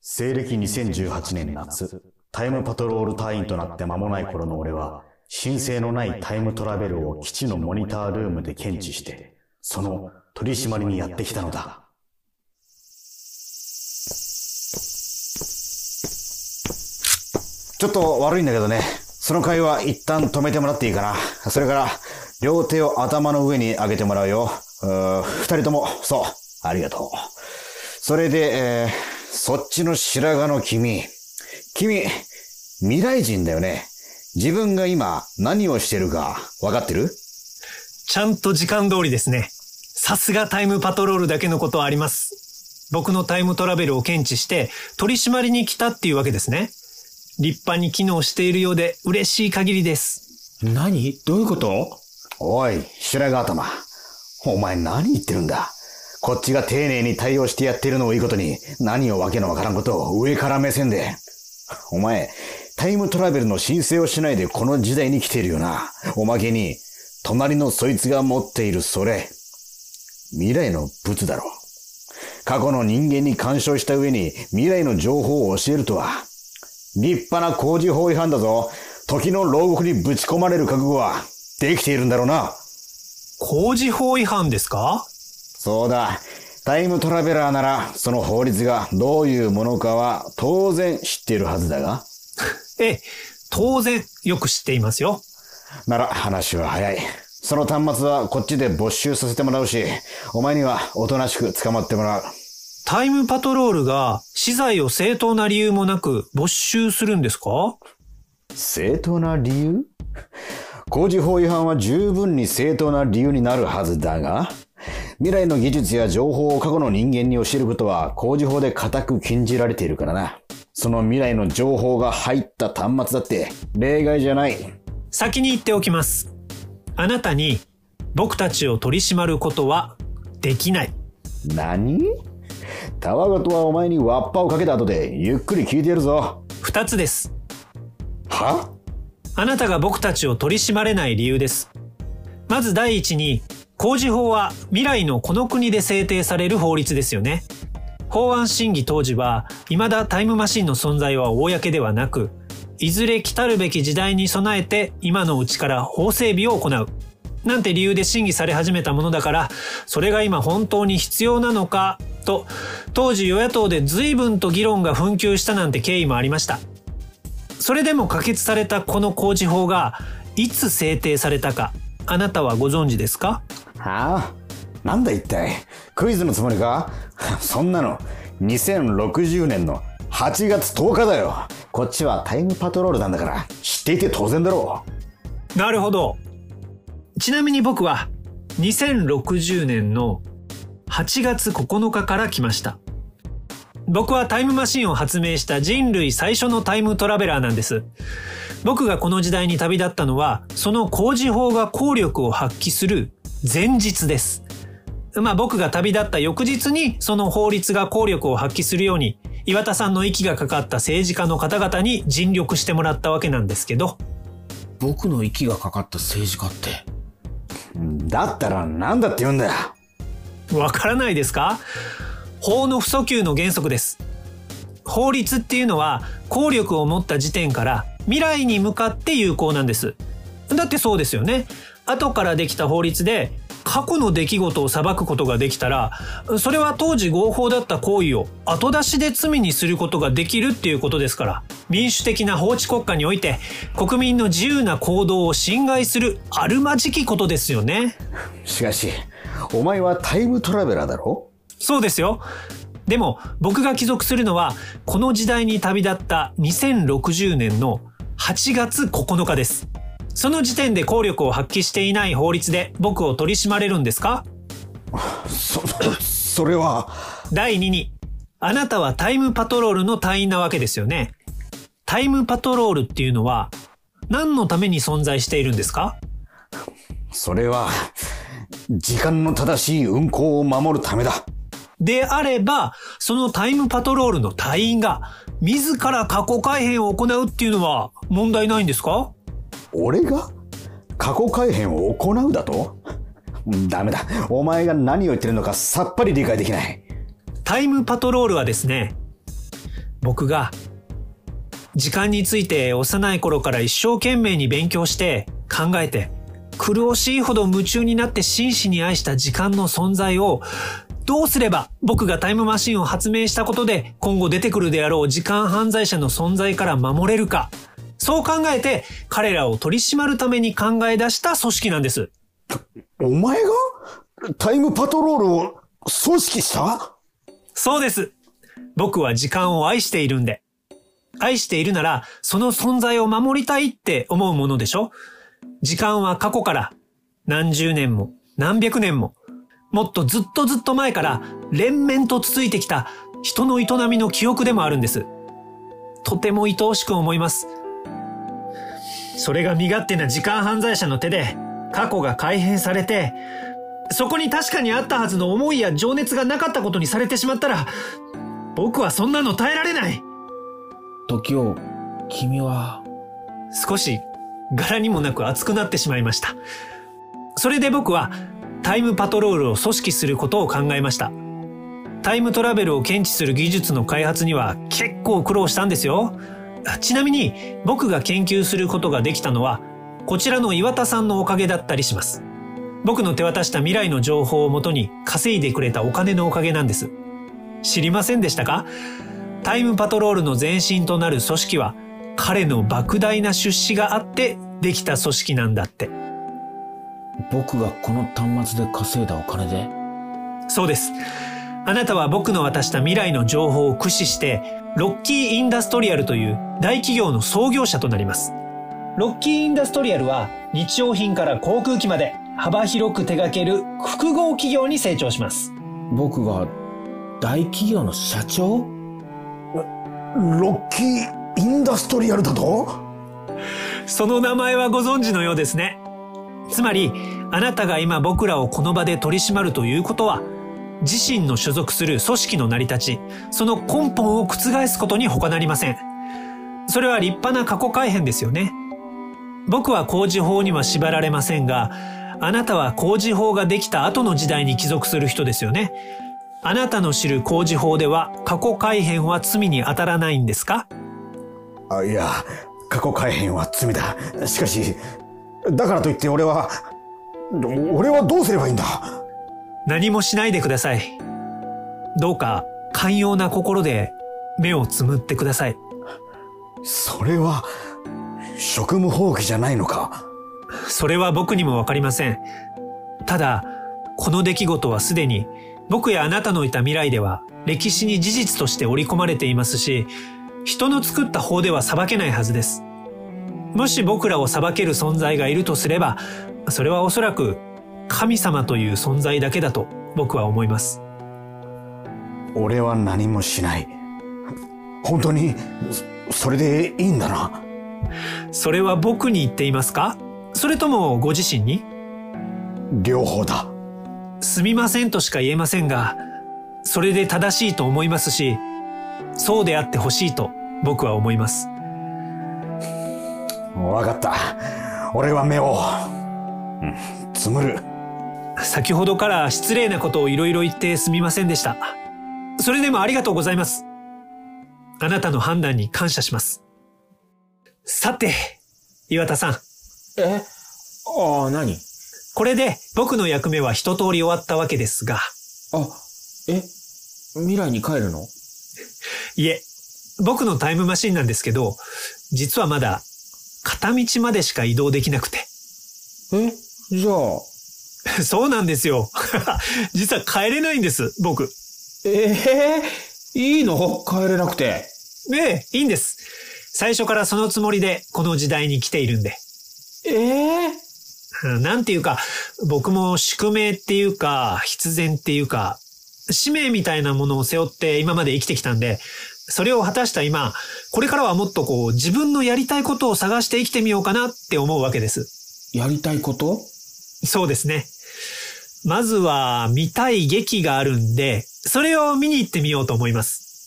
西暦2018年夏、タイムパトロール隊員となって間もない頃の俺は、申請のないタイムトラベルを基地のモニタールームで検知して、その取り締まりにやってきたのだ。ちょっと悪いんだけどね、その会話一旦止めてもらっていいかな。それから、両手を頭の上に上げてもらうよ。二人とも、そう、ありがとう。それで、そっちの白髪の君、未来人だよね。自分が今何をしてるか分かってる？ ちゃんと時間通りですね。さすがタイムパトロールだけのことはあります。僕のタイムトラベルを検知して取り締まりに来たっていうわけですね。立派に機能しているようで嬉しい限りです。 何？どういうこと？ おい、白髪頭。お前何言ってるんだ。こっちが丁寧に対応してやってるのをいいことに、何をわけのわからんことを上から目線で。お前、タイムトラベルの申請をしないでこの時代に来ているよな。おまけに、隣のそいつが持っているそれ、未来の物だろ。過去の人間に干渉した上に未来の情報を教えるとは。立派な工事法違反だぞ。時の牢獄にぶち込まれる覚悟はできているんだろうな。 工事法違反ですか？ そうだ。タイムトラベラーなら、その法律がどういうものかは当然知っているはずだが。 ええ、当然よく知っていますよ。 なら話は早い。その端末はこっちで没収させてもらうし、お前にはおとなしく捕まってもらう。 タイムパトロールが資材を正当な理由もなく没収するんですか？ 正当な理由？工事法違反は十分に正当な理由になるはずだが、未来の技術や情報を過去の人間に教えることは工事法で固く禁じられているからな。その未来の情報が入った端末だって例外じゃない。 先に言っておきます。あなたに僕たちを取り締まることはできない。 何？たわごとはお前にワッパをかけた後でゆっくり聞いてやるぞ。 二つです。 は？ あなたが僕たちを取り締まれない理由です。まず第一に、工事法は未来のこの国で制定される法律ですよね。法案審議当時は未だタイムマシンの存在は公ではなく、いずれ来たるべき時代に備えて今のうちから法整備を行う。なんて理由で審議され始めたものだから、それが今本当に必要なのかと、当時与野党で随分と議論が紛糾したなんて経緯もありました。それでも可決されたこの工事法がいつ制定されたか、あなたはご存知ですか？ はあ？なんだ一体？クイズのつもりか？そんなの2060年の8月10日だよ。こっちはタイムパトロールなんだから知っていて当然だろう。なるほど。ちなみに僕は2060年の8月9日から来ました。僕はタイムマシンを発明した人類最初のタイムトラベラーなんです。僕がこの時代に旅立ったのは、その工事法が効力を発揮する前日です。僕が旅立った翌日にその法律が効力を発揮するように、岩田さんの息がかかった政治家の方々に尽力してもらったわけなんですけど。 僕の息がかかった政治家って。 だったらなんだって言うんだよ。 わからないですか？法の不訴求の原則です。法律っていうのは効力を持った時点から未来に向かって有効なんです。だってそうですよね。後からできた法律で過去の出来事を裁くことができたら、それは当時合法だった行為を後出しで罪にすることができるっていうことですから、民主的な法治国家において国民の自由な行動を侵害するあるまじきことですよね。 しかし、お前はタイムトラベラーだろ？ そうですよ。でも僕が帰属するのはこの時代に旅立った2060年の8月9日です。その時点で効力を発揮していない法律で僕を取り締まれるんですか？ それは。 第2に、あなたはタイムパトロールの隊員なわけですよね。タイムパトロールっていうのは何のために存在しているんですか？ それは時間の正しい運行を守るためだ。 であれば、そのタイムパトロールの隊員が自ら過去改変を行うっていうのは問題ないんですか？ 俺が過去改変を行うだと？ダメだ。お前が何を言ってるのかさっぱり理解できない。 タイムパトロールはですね、 僕が時間について幼い頃から一生懸命に勉強して考えて苦しいほど夢中になって真摯に愛した時間の存在をどうすれば僕がタイムマシンを発明したことで今後出てくるであろう時間犯罪者の存在から守れるか、そう考えて彼らを取り締まるために考え出した組織なんです。 お前がタイムパトロールを組織した？ そうです。僕は時間を愛しているんで。愛しているならその存在を守りたいって思うものでしょ？時間は過去から何十年も何百年ももっとずっとずっと前から連綿と続いてきた人の営みの記憶でもあるんです。とても愛おしく思います。それが身勝手な時間犯罪者の手で過去が改変されて、そこに確かにあったはずの思いや情熱がなかったことにされてしまったら、僕はそんなの耐えられない。 時を、君は。 少し柄にもなく熱くなってしまいました。それで僕はタイムパトロールを組織することを考えました。タイムトラベルを検知する技術の開発には結構苦労したんですよ。ちなみに僕が研究することができたのはこちらの岩田さんのおかげだったりします。僕の手渡した未来の情報をもとに稼いでくれたお金のおかげなんです。知りませんでしたか？タイムパトロールの前身となる組織は彼の莫大な出資があってできた組織なんだって。 僕がこの端末で稼いだお金で？ そうです。あなたは僕の渡した未来の情報を駆使してロッキー・インダストリアルという大企業の創業者となります。ロッキー・インダストリアルは日用品から航空機まで幅広く手掛ける複合企業に成長します。 僕が大企業の社長？ ロッキー・インダストリアルだと？ その名前はご存知のようですね。つまりあなたが今僕らをこの場で取り締まるということは自身の所属する組織の成り立ち、その根本を覆すことに他なりません。それは立派な過去改変ですよね。僕は工事法には縛られませんが、あなたは工事法ができた後の時代に帰属する人ですよね。あなたの知る工事法では過去改変は罪に当たらないんですか？ いや、過去改変は罪だ。しかし、だからといって俺はどうすればいいんだ？ 何もしないでください。どうか寛容な心で目をつむってください。 それは職務放棄じゃないのか？ それは僕にもわかりません。ただこの出来事はすでに僕やあなたのいた未来では歴史に事実として織り込まれていますし、人の作った法では裁けないはずです。もし僕らを裁ける存在がいるとすれば、それはおそらく神様という存在だけだと僕は思います。 俺は何もしない。本当にそれでいいんだな？ それは僕に言っていますか？それともご自身に？ 両方だ。 すみませんとしか言えませんが、それで正しいと思いますし、そうであってほしいと僕は思います。 わかった。俺は目を、つむる。 先ほどから失礼なことをいろいろ言ってすみませんでした。それでもありがとうございます。あなたの判断に感謝します。さて、岩田さん。 何？ これで僕の役目は一通り終わったわけですが。 未来に帰るの？ いえ、僕のタイムマシンなんですけど、実はまだ片道までしか移動できなくて。 じゃあ。 そうなんですよ。実は帰れないんです、僕。 いいの？帰れなくて。 いいんです。最初からそのつもりでこの時代に来ているんで。なんていうか、僕も宿命っていうか、必然っていうか、使命みたいなものを背負って今まで生きてきたんで、それを果たした今、これからはもっと自分のやりたいことを探して生きてみようかなって思うわけです。 やりたいこと？ そうですね。まずは見たい劇があるんで、それを見に行ってみようと思います。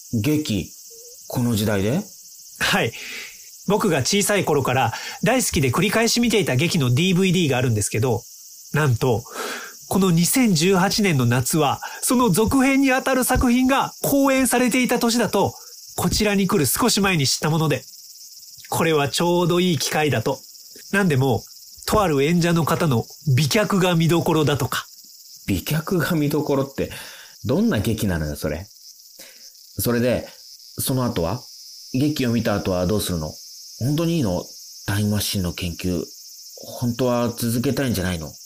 劇？この時代で？ はい。僕が小さい頃から大好きで繰り返し見ていた劇の DVD があるんですけど、なんと、この2018年の夏は、その続編にあたる作品が公演されていた年だと、 こちらに来る少し前に知ったもので、これはちょうどいい機会だと。なんでも、とある演者の方の美脚が見どころだとか。 美脚が見どころって、どんな劇なのよ、それ。それで、その後は劇を見た後はどうするの？本当にいいの？タイムマシンの研究。本当は続けたいんじゃないの？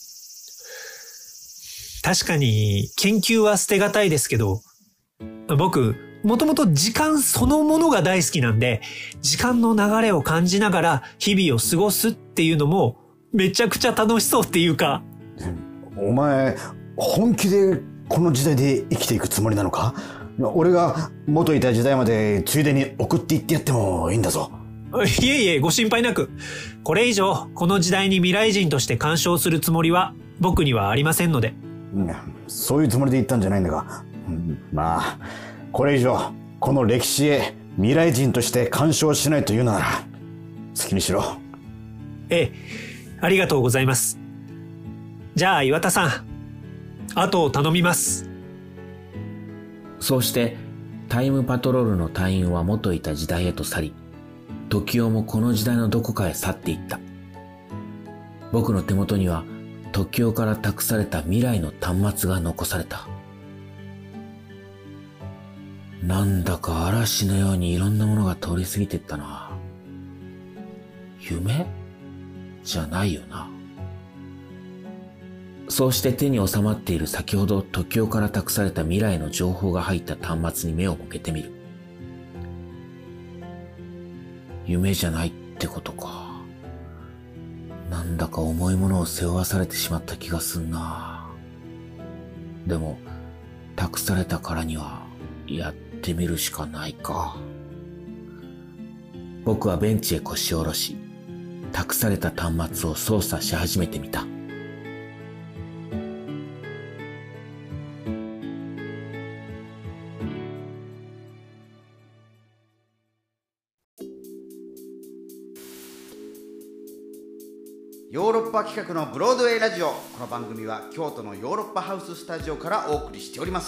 確かに、研究は捨てがたいですけど、僕、もともと時間そのものが大好きなんで、時間の流れを感じながら日々を過ごすっていうのもめちゃくちゃ楽しそうっていうか。 お前、本気でこの時代で生きていくつもりなのか？俺が元いた時代までついでに送っていってやってもいいんだぞ。 いえいえ、ご心配なく。これ以上、この時代に未来人として干渉するつもりは僕にはありませんので。 そういうつもりで言ったんじゃないんだが。まあ、これ以上、この歴史へ未来人として干渉しないというのなら、好きにしろ。 ええ、ありがとうございます。じゃあ岩田さん、後を頼みます。 そうして、タイムパトロールの隊員は元いた時代へと去り、時代もこの時代のどこかへ去っていった。僕の手元には、時代から託された未来の端末が残された。なんだか嵐のようにいろんなものが通り過ぎていったな。夢？じゃないよな。そうして手に収まっている先ほど時代から託された未来の情報が入った端末に目を向けてみる。夢じゃないってことか。なんだか重いものを背負わされてしまった気がすんな。でも、託されたからにはやってみるしかないか。僕はベンチへ腰を下ろし、託された端末を操作し始めてみた。 ヨーロッパ企画のブロードウェイラジオ。この番組は京都のヨーロッパハウススタジオからお送りしております。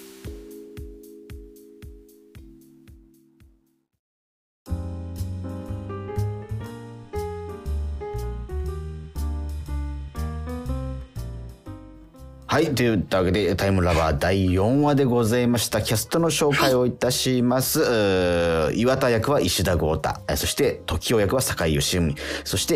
はい、というわけでタイムラバー第4話でございました。キャストの紹介をいたします。岩田役は石田豪太、そして時代役は坂井義文、そして、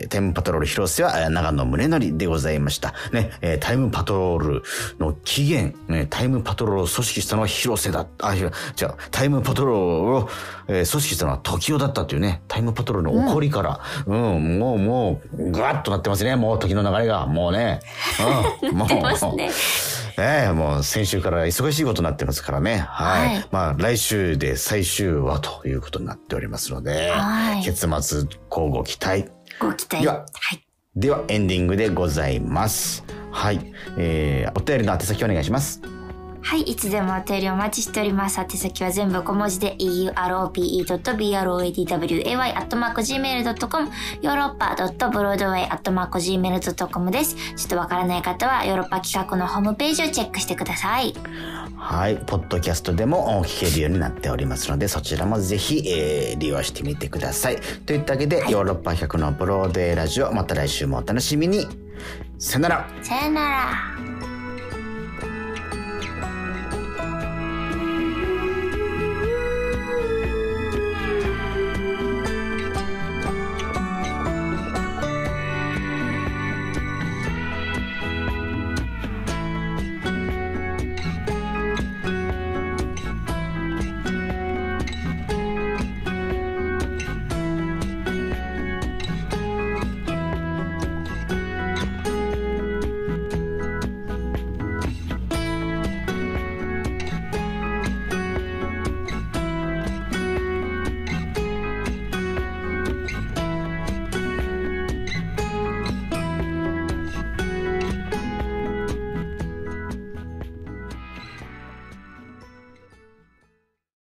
タイムパトロール広瀬は長野宗則でございましたね。タイムパトロールの起源、タイムパトロールを組織したのは広瀬だ。タイムパトロールを、組織したのは時代だったというね。タイムパトロールの起こりから、もうガーッとなってますね。もう時の流れがもうね、もうもう先週から忙しいことになってますからね。はい。まあ来週で最終話ということになっておりますので、結末交互期待。 ご期待。 ではエンディングでございます。はい。お便りの宛先お願いします。 はい、いつでもお便りお待ちしております。宛先は全部小文字で europe.broadway@gmail.com ヨーロッパ .broadway@gmail.com です。ちょっとわからない方はヨーロッパ企画のホームページをチェックしてください。 はい、ポッドキャストでも聞けるようになっておりますので、そちらもぜひ、利用してみてください。といったわけで、ヨーロッパ企画のブロードウェイラジオ、また来週もお楽しみに。さよなら。 さよなら。